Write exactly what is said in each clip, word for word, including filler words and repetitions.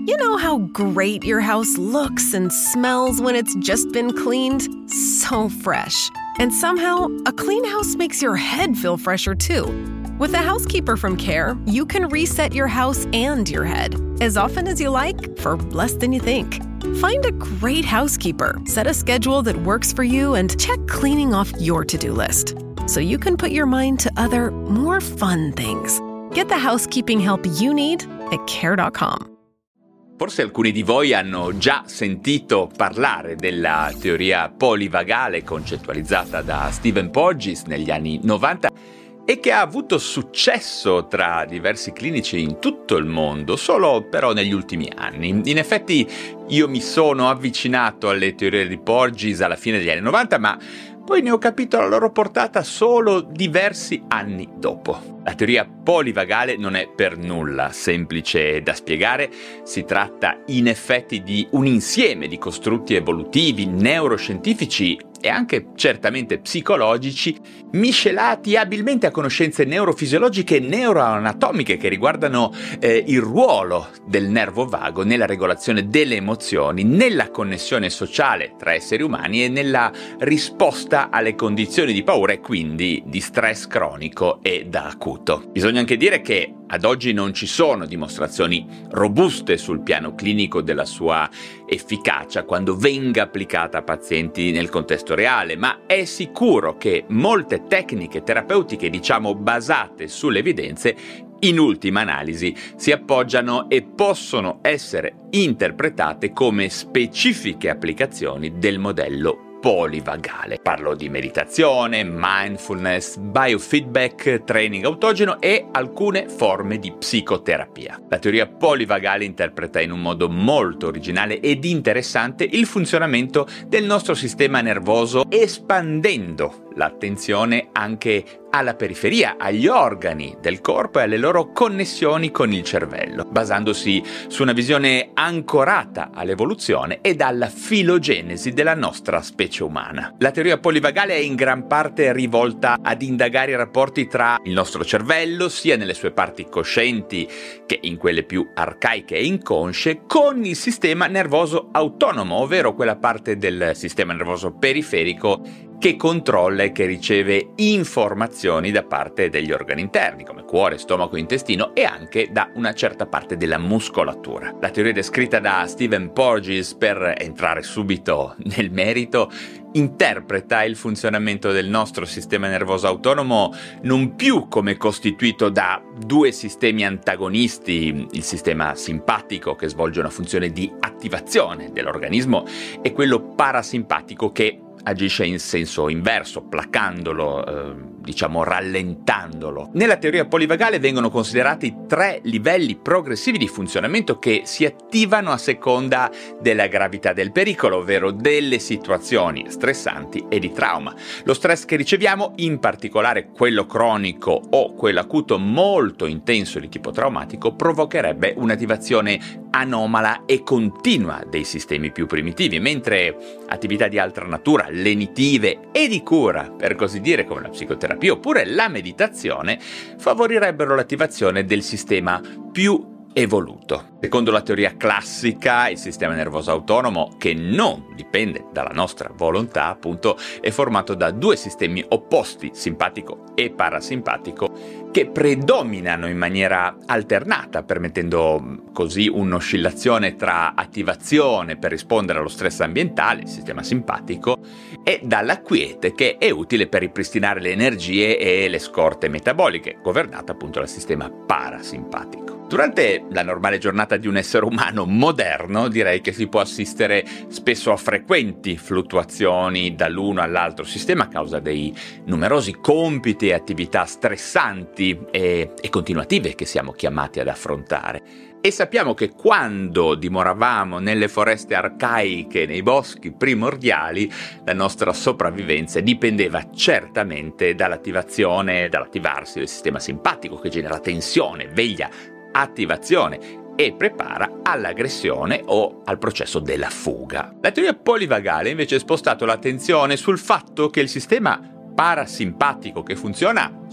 You know how great your house looks and smells when it's just been cleaned? So fresh. And somehow, a clean house makes your head feel fresher too. With the Housekeeper from Care, you can reset your house and your head as often as you like for less than you think. Find a great housekeeper, set a schedule that works for you, and check cleaning off your to-do list so you can put your mind to other, more fun things. Get the housekeeping help you need at care dot com. Forse alcuni di voi hanno già sentito parlare della teoria polivagale concettualizzata da Stephen Porges negli anni novanta e che ha avuto successo tra diversi clinici in tutto il mondo, solo però negli ultimi anni. In effetti io mi sono avvicinato alle teorie di Porges alla fine degli anni novanta, ma poi ne ho capito la loro portata solo diversi anni dopo. La teoria polivagale non è per nulla semplice da spiegare, si tratta in effetti di un insieme di costrutti evolutivi, neuroscientifici e anche certamente psicologici, miscelati abilmente a conoscenze neurofisiologiche e neuroanatomiche che riguardano eh, il ruolo del nervo vago nella regolazione delle emozioni, nella connessione sociale tra esseri umani e nella risposta alle condizioni di paura e quindi di stress cronico e da acuto. Bisogna anche dire che ad oggi non ci sono dimostrazioni robuste sul piano clinico della sua efficacia quando venga applicata a pazienti nel contesto reale, ma è sicuro che molte tecniche terapeutiche, diciamo basate sulle evidenze, in ultima analisi si appoggiano e possono essere interpretate come specifiche applicazioni del modello polivagale. Parlo di meditazione, mindfulness, biofeedback, training autogeno e alcune forme di psicoterapia. La teoria polivagale interpreta in un modo molto originale ed interessante il funzionamento del nostro sistema nervoso, espandendo l'attenzione anche alla periferia, agli organi del corpo e alle loro connessioni con il cervello, basandosi su una visione ancorata all'evoluzione ed alla filogenesi della nostra specie umana. La teoria polivagale è in gran parte rivolta ad indagare i rapporti tra il nostro cervello, sia nelle sue parti coscienti che in quelle più arcaiche e inconsce, con il sistema nervoso autonomo, ovvero quella parte del sistema nervoso periferico che controlla e che riceve informazioni da parte degli organi interni, come cuore, stomaco e intestino, e anche da una certa parte della muscolatura. La teoria descritta da Stephen Porges, per entrare subito nel merito, interpreta il funzionamento del nostro sistema nervoso autonomo non più come costituito da due sistemi antagonisti, il sistema simpatico che svolge una funzione di attivazione dell'organismo e quello parasimpatico che agisce in senso inverso, placandolo, eh, diciamo rallentandolo. Nella teoria polivagale vengono considerati tre livelli progressivi di funzionamento che si attivano a seconda della gravità del pericolo, ovvero delle situazioni stressanti e di trauma. Lo stress che riceviamo, in particolare quello cronico o quello acuto molto intenso di tipo traumatico, provocherebbe un'attivazione anomala e continua dei sistemi più primitivi, mentre attività di altra natura, lenitive e di cura, per così dire, come la psicoterapia oppure la meditazione, favorirebbero l'attivazione del sistema più evoluto. Secondo la teoria classica, il sistema nervoso autonomo, che non dipende dalla nostra volontà, appunto, è formato da due sistemi opposti, simpatico e parasimpatico, che predominano in maniera alternata, permettendo così un'oscillazione tra attivazione per rispondere allo stress ambientale, il sistema simpatico, e dalla quiete, che è utile per ripristinare le energie e le scorte metaboliche, governata appunto dal sistema parasimpatico. Durante la normale giornata di un essere umano moderno, direi che si può assistere spesso a frequenti fluttuazioni dall'uno all'altro sistema a causa dei numerosi compiti e attività stressanti e, e continuative che siamo chiamati ad affrontare. E sappiamo che quando dimoravamo nelle foreste arcaiche, nei boschi primordiali, la nostra sopravvivenza dipendeva certamente dall'attivazione, dall'attivarsi del sistema simpatico, che genera tensione, veglia, attivazione e prepara all'aggressione o al processo della fuga. La teoria polivagale invece ha spostato l'attenzione sul fatto che il sistema parasimpatico, che funziona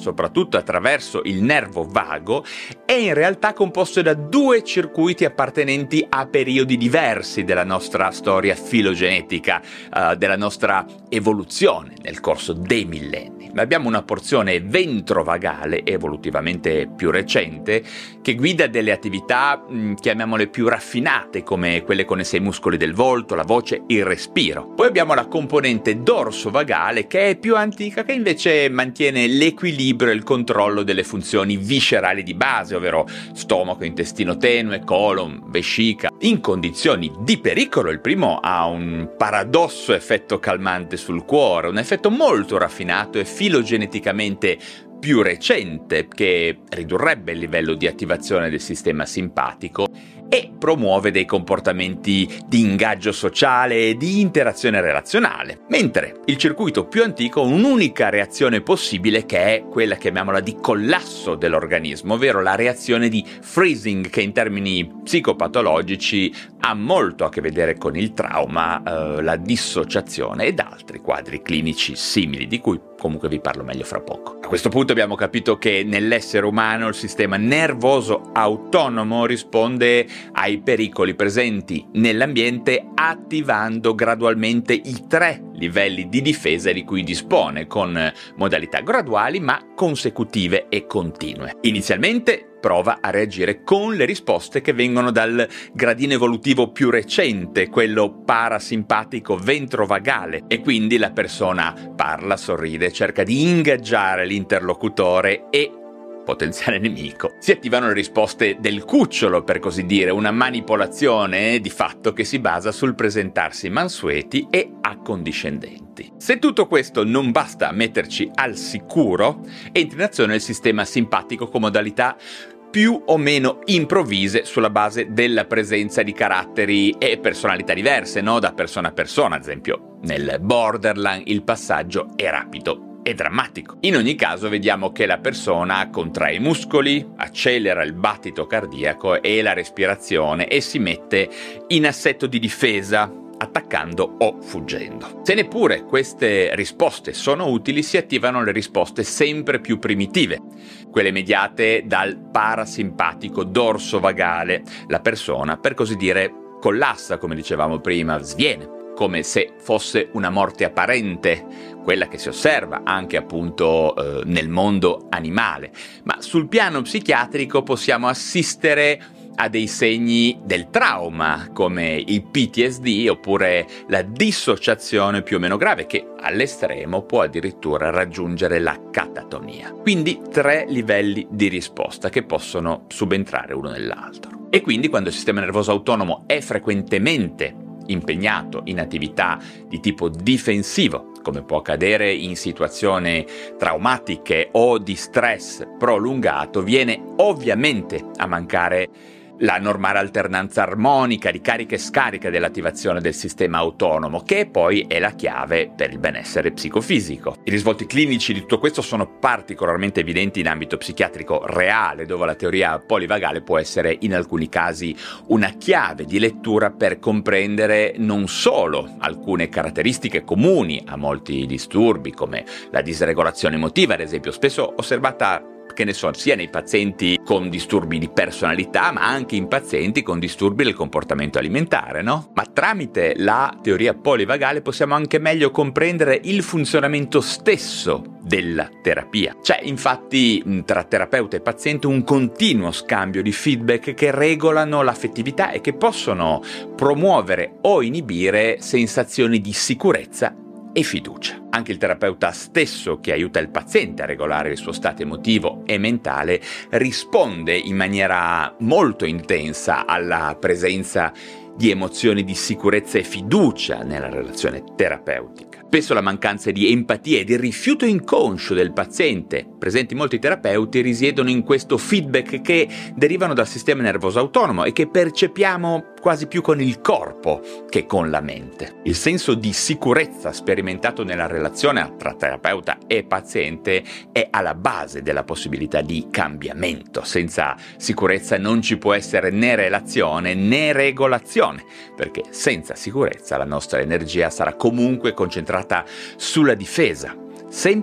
soprattutto attraverso il nervo vago, è in realtà composto da due circuiti appartenenti a periodi diversi della nostra storia filogenetica, uh, della nostra evoluzione nel corso dei millenni. Ma abbiamo una porzione ventrovagale, evolutivamente più recente, che guida delle attività, mh, chiamiamole più raffinate, come quelle connesse ai muscoli del volto, la voce, il respiro. Poi abbiamo la componente dorsovagale, che è più antica, che invece mantiene l'equilibrio e il controllo delle funzioni viscerali di base, ovvero stomaco, intestino tenue, colon, vescica. In condizioni di pericolo il primo ha un paradosso effetto calmante sul cuore, un effetto molto raffinato e filogeneticamente più recente che ridurrebbe il livello di attivazione del sistema simpatico e promuove dei comportamenti di ingaggio sociale e di interazione relazionale, mentre il circuito più antico ha un'unica reazione possibile, che è quella, chiamiamola, di collasso dell'organismo, ovvero la reazione di freezing, che in termini psicopatologici ha molto a che vedere con il trauma, eh, la dissociazione ed altri quadri clinici simili, di cui comunque vi parlo meglio fra poco. A questo punto abbiamo capito che nell'essere umano il sistema nervoso autonomo risponde ai pericoli presenti nell'ambiente attivando gradualmente i tre livelli di difesa di cui dispone, con modalità graduali ma consecutive e continue. Inizialmente prova a reagire con le risposte che vengono dal gradino evolutivo più recente, quello parasimpatico ventrovagale, e quindi la persona parla, sorride, cerca di ingaggiare l'interlocutore e potenziale nemico. Si attivano le risposte del cucciolo, per così dire, una manipolazione di fatto che si basa sul presentarsi mansueti e accondiscendenti. Se tutto questo non basta a metterci al sicuro, entra in azione il sistema simpatico con modalità più o meno improvvise sulla base della presenza di caratteri e personalità diverse, no? Da persona a persona. Ad esempio, nel borderline il passaggio è rapido e drammatico. In ogni caso vediamo che la persona contrae i muscoli, accelera il battito cardiaco e la respirazione e si mette in assetto di difesa, attaccando o fuggendo. Se neppure queste risposte sono utili, si attivano le risposte sempre più primitive, quelle mediate dal parasimpatico dorsovagale. La persona, per così dire, collassa, come dicevamo prima, sviene, come se fosse una morte apparente, quella che si osserva anche appunto eh, nel mondo animale. Ma sul piano psichiatrico possiamo assistere a dei segni del trauma, come il P T S D oppure la dissociazione più o meno grave, che all'estremo può addirittura raggiungere la catatonia. Quindi tre livelli di risposta che possono subentrare uno nell'altro. E quindi quando il sistema nervoso autonomo è frequentemente impegnato in attività di tipo difensivo, come può accadere in situazioni traumatiche o di stress prolungato, viene ovviamente a mancare la normale alternanza armonica di carica e scarica dell'attivazione del sistema autonomo, che poi è la chiave per il benessere psicofisico. I risvolti clinici di tutto questo sono particolarmente evidenti in ambito psichiatrico reale, dove la teoria polivagale può essere in alcuni casi una chiave di lettura per comprendere non solo alcune caratteristiche comuni a molti disturbi, come la disregolazione emotiva, ad esempio, spesso osservata, che ne so, sia nei pazienti con disturbi di personalità, ma anche in pazienti con disturbi del comportamento alimentare, no? Ma tramite la teoria polivagale possiamo anche meglio comprendere il funzionamento stesso della terapia. C'è infatti tra terapeuta e paziente un continuo scambio di feedback che regolano l'affettività e che possono promuovere o inibire sensazioni di sicurezza e fiducia. Anche il terapeuta stesso, che aiuta il paziente a regolare il suo stato emotivo e mentale, risponde in maniera molto intensa alla presenza di emozioni di sicurezza e fiducia nella relazione terapeutica. Spesso la mancanza di empatia e di rifiuto inconscio del paziente, presenti in molti terapeuti, risiedono in questo feedback che derivano dal sistema nervoso autonomo e che percepiamo quasi più con il corpo che con la mente. Il senso di sicurezza sperimentato nella relazione tra terapeuta e paziente è alla base della possibilità di cambiamento. Senza sicurezza non ci può essere né relazione né regolazione, perché senza sicurezza la nostra energia sarà comunque concentrata sulla difesa, sempre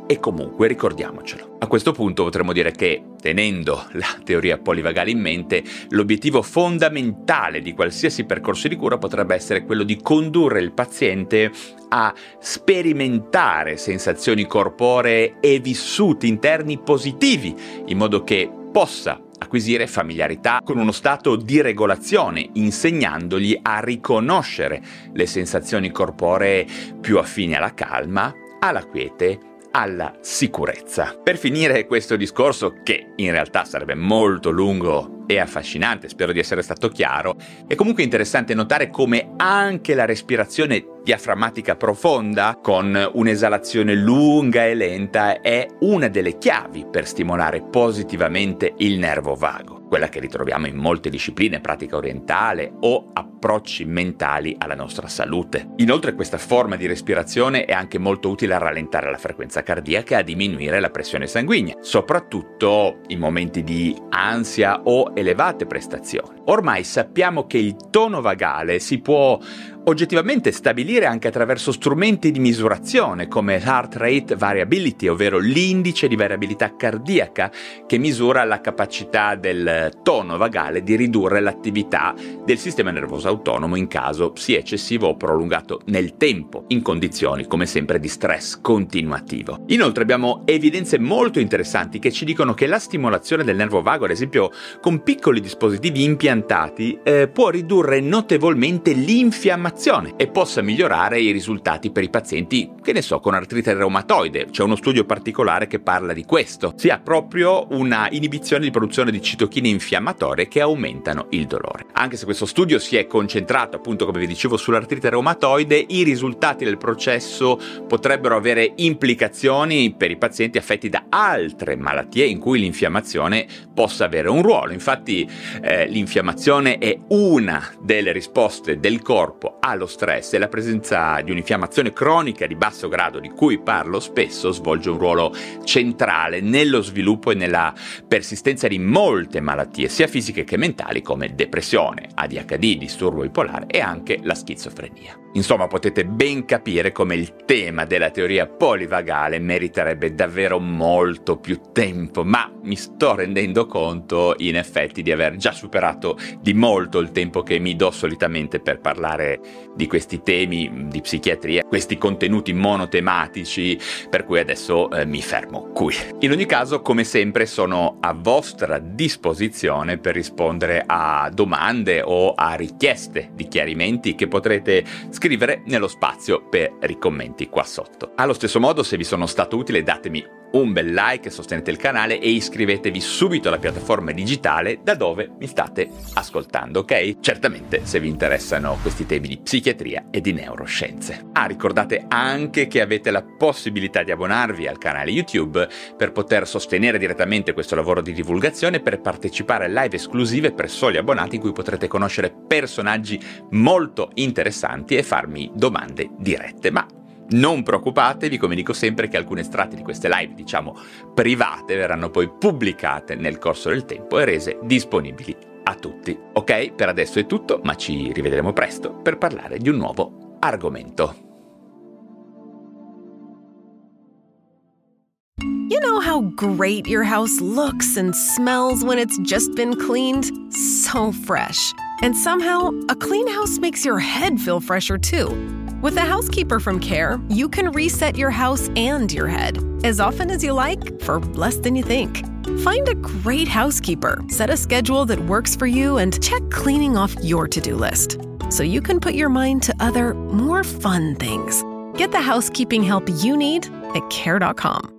e comunque, ricordiamocelo. A questo punto potremmo dire che, tenendo la teoria polivagale in mente, l'obiettivo fondamentale di qualsiasi percorso di cura potrebbe essere quello di condurre il paziente a sperimentare sensazioni corporee e vissuti interni positivi, in modo che possa acquisire familiarità con uno stato di regolazione, insegnandogli a riconoscere le sensazioni corporee più affini alla calma, alla quiete, alla sicurezza. Per finire questo discorso, che in realtà sarebbe molto lungo e affascinante, spero di essere stato chiaro, è comunque interessante notare come anche la respirazione diaframmatica profonda, con un'esalazione lunga e lenta, è una delle chiavi per stimolare positivamente il nervo vago, quella che ritroviamo in molte discipline, pratica orientale o approcci mentali alla nostra salute. Inoltre questa forma di respirazione è anche molto utile a rallentare la frequenza cardiaca e a diminuire la pressione sanguigna, soprattutto in momenti di ansia o elevate prestazioni. Ormai sappiamo che il tono vagale si può oggettivamente stabilire anche attraverso strumenti di misurazione come Heart Rate Variability, ovvero l'indice di variabilità cardiaca che misura la capacità del tono vagale di ridurre l'attività del sistema nervoso autonomo in caso sia eccessivo o prolungato nel tempo, in condizioni come sempre di stress continuativo. Inoltre abbiamo evidenze molto interessanti che ci dicono che la stimolazione del nervo vago, ad esempio con piccoli dispositivi impiantati, eh, può ridurre notevolmente l'infiammazione e possa migliorare i risultati per i pazienti, che ne so, con artrite reumatoide. C'è uno studio particolare che parla di questo. Si ha proprio una inibizione di produzione di citochine infiammatorie che aumentano il dolore. Anche se questo studio si è concentrato, appunto, come vi dicevo, sull'artrite reumatoide, i risultati del processo potrebbero avere implicazioni per i pazienti affetti da altre malattie in cui l'infiammazione possa avere un ruolo. Infatti eh, l'infiammazione è una delle risposte del corpo allo stress, e la presenza di un'infiammazione cronica di basso grado, di cui parlo spesso, svolge un ruolo centrale nello sviluppo e nella persistenza di molte malattie, sia fisiche che mentali, come depressione, A D H D, disturbo bipolare e anche la schizofrenia. Insomma, potete ben capire come il tema della teoria polivagale meriterebbe davvero molto più tempo, ma mi sto rendendo conto in effetti di aver già superato di molto il tempo che mi do solitamente per parlare di questi temi di psichiatria, questi contenuti monotematici, per cui adesso eh, mi fermo qui. In ogni caso, come sempre, sono a vostra disposizione per rispondere a domande o a richieste di chiarimenti che potrete scrivere nello spazio per i commenti qua sotto. Allo stesso modo, se vi sono stato utile, datemi un bel like, sostenete il canale e iscrivetevi subito alla piattaforma digitale da dove mi state ascoltando, ok? Certamente se vi interessano questi temi di psichiatria e di neuroscienze. Ah, ricordate anche che avete la possibilità di abbonarvi al canale YouTube per poter sostenere direttamente questo lavoro di divulgazione e per partecipare a live esclusive per soli abbonati, in cui potrete conoscere personaggi molto interessanti e farmi domande dirette. Ma non preoccupatevi, come dico sempre, che alcune estratti di queste live, diciamo private, verranno poi pubblicate nel corso del tempo e rese disponibili a tutti. Ok, per adesso è tutto, ma ci rivedremo presto per parlare di un nuovo argomento. You know how great your house looks and smells when it's just been cleaned? So fresh. And somehow, a clean house makes your head feel fresher too. With a housekeeper from Care, you can reset your house and your head as often as you like for less than you think. Find a great housekeeper, set a schedule that works for you, and check cleaning off your to-do list so you can put your mind to other, more fun things. Get the housekeeping help you need at care dot com.